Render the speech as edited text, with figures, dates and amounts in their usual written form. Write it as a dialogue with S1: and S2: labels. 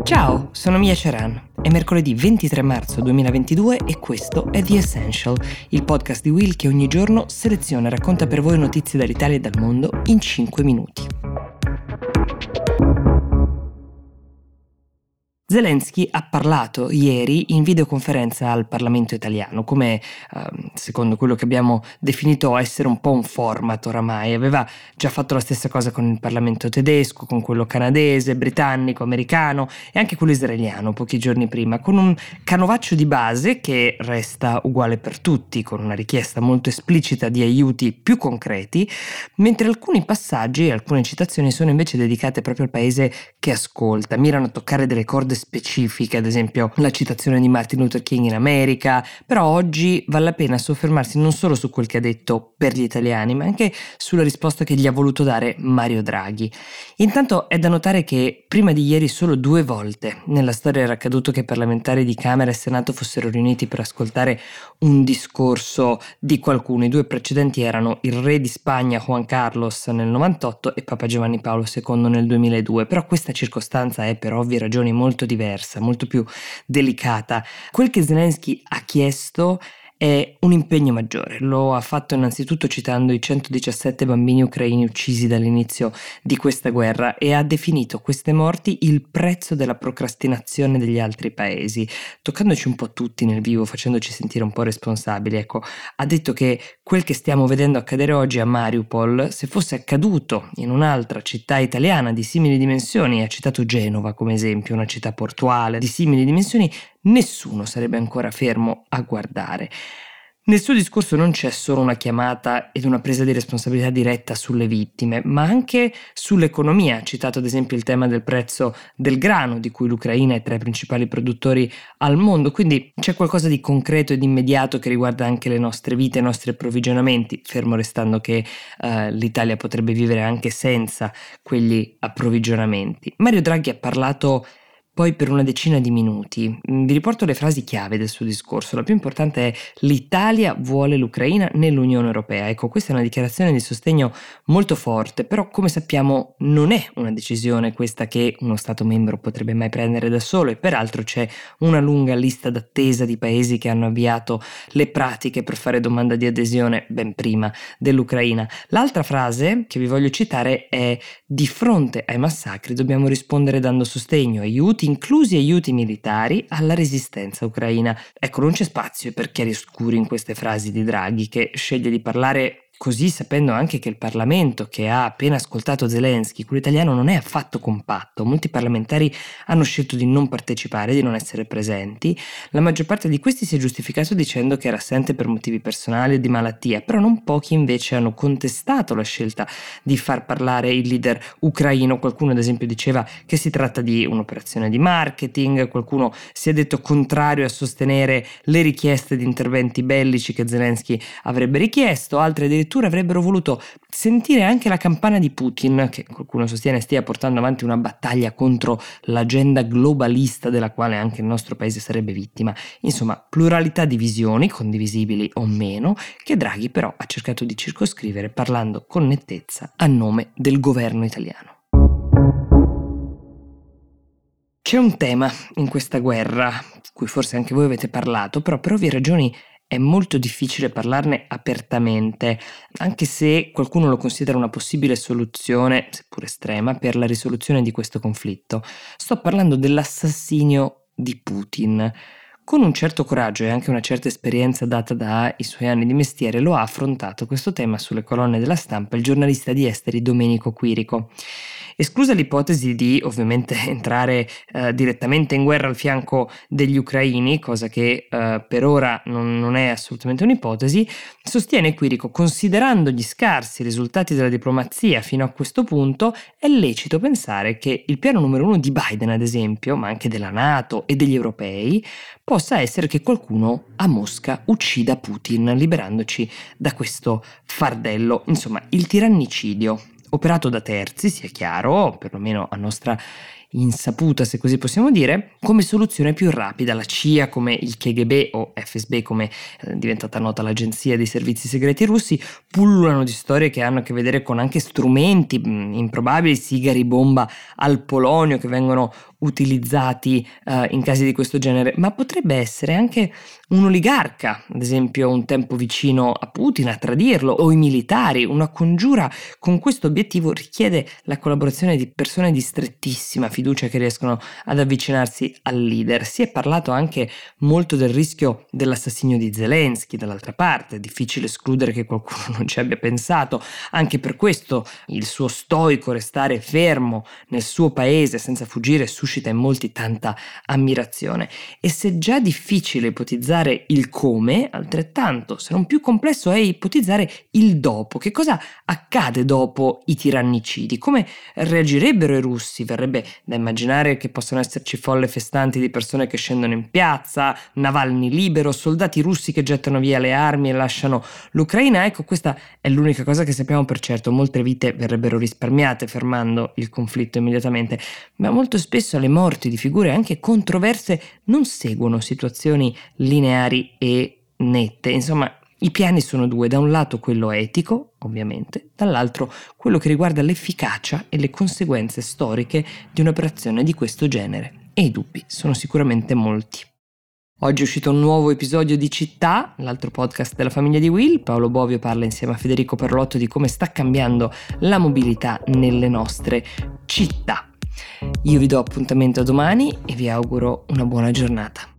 S1: Ciao, sono Mia Ceran. È mercoledì 23 marzo 2022 e questo è The Essential, il podcast di Will che ogni giorno seleziona e racconta per voi notizie dall'Italia e dal mondo in 5 minuti. Zelensky ha parlato ieri in videoconferenza al Parlamento italiano, come secondo quello che abbiamo definito essere un po' un format oramai. Aveva già fatto la stessa cosa con il Parlamento tedesco, con quello canadese, britannico, americano e anche quello israeliano pochi giorni prima, con un canovaccio di base che resta uguale per tutti, con una richiesta molto esplicita di aiuti più concreti, mentre alcuni passaggi e alcune citazioni sono invece dedicate proprio al paese che ascolta, mirano a toccare delle corde specifiche, ad esempio la citazione di Martin Luther King in America. Però oggi vale la pena soffermarsi non solo su quel che ha detto per gli italiani, ma anche sulla risposta che gli ha voluto dare Mario Draghi. Intanto è da notare che prima di ieri solo 2 volte nella storia era accaduto che i parlamentari di Camera e Senato fossero riuniti per ascoltare un discorso di qualcuno. I 2 precedenti erano il re di Spagna Juan Carlos nel 98 e Papa Giovanni Paolo II nel 2002, però questa circostanza è per ovvie ragioni molto diversa, molto più delicata. Quel che Zelensky ha chiesto è un impegno maggiore. Lo ha fatto innanzitutto citando i 117 bambini ucraini uccisi dall'inizio di questa guerra e ha definito queste morti il prezzo della procrastinazione degli altri paesi, toccandoci un po' tutti nel vivo, facendoci sentire un po' responsabili. Ecco, ha detto che quel che stiamo vedendo accadere oggi a Mariupol, se fosse accaduto in un'altra città italiana di simili dimensioni, ha citato Genova come esempio, una città portuale di simili dimensioni, nessuno sarebbe ancora fermo a guardare. Nel suo discorso non c'è solo una chiamata ed una presa di responsabilità diretta sulle vittime, ma anche sull'economia. Ha citato ad esempio il tema del prezzo del grano, di cui l'Ucraina è tra i principali produttori al mondo, quindi c'è qualcosa di concreto ed immediato che riguarda anche le nostre vite, i nostri approvvigionamenti, fermo restando che l'Italia potrebbe vivere anche senza quegli approvvigionamenti. Mario Draghi ha parlato poi per una decina di minuti. Vi riporto le frasi chiave del suo discorso. La più importante è: l'Italia vuole l'Ucraina nell'Unione Europea. Ecco, questa è una dichiarazione di sostegno molto forte, però come sappiamo non è una decisione questa che uno Stato membro potrebbe mai prendere da solo e peraltro c'è una lunga lista d'attesa di paesi che hanno avviato le pratiche per fare domanda di adesione ben prima dell'Ucraina. L'altra frase che vi voglio citare è: di fronte ai massacri dobbiamo rispondere dando sostegno, aiuti, inclusi aiuti militari, alla resistenza ucraina. Ecco, non c'è spazio per chiaroscuri in queste frasi di Draghi, che sceglie di parlare così sapendo anche che il Parlamento, che ha appena ascoltato Zelensky, quello italiano, non è affatto compatto. Molti parlamentari hanno scelto di non partecipare, di non essere presenti. La maggior parte di questi si è giustificato dicendo che era assente per motivi personali o di malattia, però non pochi invece hanno contestato la scelta di far parlare il leader ucraino. Qualcuno ad esempio diceva che si tratta di un'operazione di marketing, qualcuno si è detto contrario a sostenere le richieste di interventi bellici che Zelensky avrebbe richiesto, altri addirittura avrebbero voluto sentire anche la campana di Putin, che qualcuno sostiene stia portando avanti una battaglia contro l'agenda globalista della quale anche il nostro paese sarebbe vittima. Insomma, pluralità di visioni, condivisibili o meno, che Draghi però ha cercato di circoscrivere parlando con nettezza a nome del governo italiano. C'è un tema in questa guerra, di cui forse anche voi avete parlato, però per ovvie ragioni è molto difficile parlarne apertamente, anche se qualcuno lo considera una possibile soluzione, seppur estrema, per la risoluzione di questo conflitto. Sto parlando dell'assassinio di Putin. Con un certo coraggio e anche una certa esperienza data dai suoi anni di mestiere, lo ha affrontato questo tema sulle colonne della Stampa il giornalista di esteri Domenico Quirico. Esclusa l'ipotesi di ovviamente entrare direttamente in guerra al fianco degli ucraini, cosa che per ora non è assolutamente un'ipotesi, sostiene Quirico, considerando gli scarsi risultati della diplomazia fino a questo punto, è lecito pensare che il piano numero 1 di Biden, ad esempio, ma anche della NATO e degli europei, possa essere che qualcuno a Mosca uccida Putin, liberandoci da questo fardello. Insomma, il tirannicidio operato da terzi, sia chiaro, perlomeno a nostra insaputa, se così possiamo dire, come soluzione più rapida. La CIA, come il KGB o FSB, come è diventata nota l'agenzia dei servizi segreti russi, pullulano di storie che hanno a che vedere con anche strumenti improbabili, sigari bomba al polonio che vengono utilizzati in casi di questo genere, ma potrebbe essere anche un oligarca, ad esempio un tempo vicino a Putin, a tradirlo, o i militari. Una congiura con questo obiettivo richiede la collaborazione di persone di strettissima fiducia che riescono ad avvicinarsi al leader. Si è parlato anche molto del rischio dell'assassinio di Zelensky, dall'altra parte, è difficile escludere che qualcuno non ci abbia pensato. Anche per questo il suo stoico restare fermo nel suo paese senza fuggire suscita in molti tanta ammirazione. E se già difficile ipotizzare il come, altrettanto, se non più complesso è ipotizzare il dopo. Che cosa accade dopo i tirannicidi? Come reagirebbero i russi? Verrebbe da immaginare che possano esserci folle festanti di persone che scendono in piazza, Navalny libero, soldati russi che gettano via le armi e lasciano l'Ucraina. Ecco, questa è l'unica cosa che sappiamo per certo. Molte vite verrebbero risparmiate fermando il conflitto immediatamente, ma molto spesso le morti di figure anche controverse non seguono situazioni lineari e nette. Insomma, i piani sono due: da un lato quello etico, ovviamente, dall'altro quello che riguarda l'efficacia e le conseguenze storiche di un'operazione di questo genere. E i dubbi sono sicuramente molti. Oggi è uscito un nuovo episodio di Città, l'altro podcast della famiglia di Will. Paolo Bovio parla insieme a Federico Perlotto di come sta cambiando la mobilità nelle nostre città. Io vi do appuntamento a domani e vi auguro una buona giornata.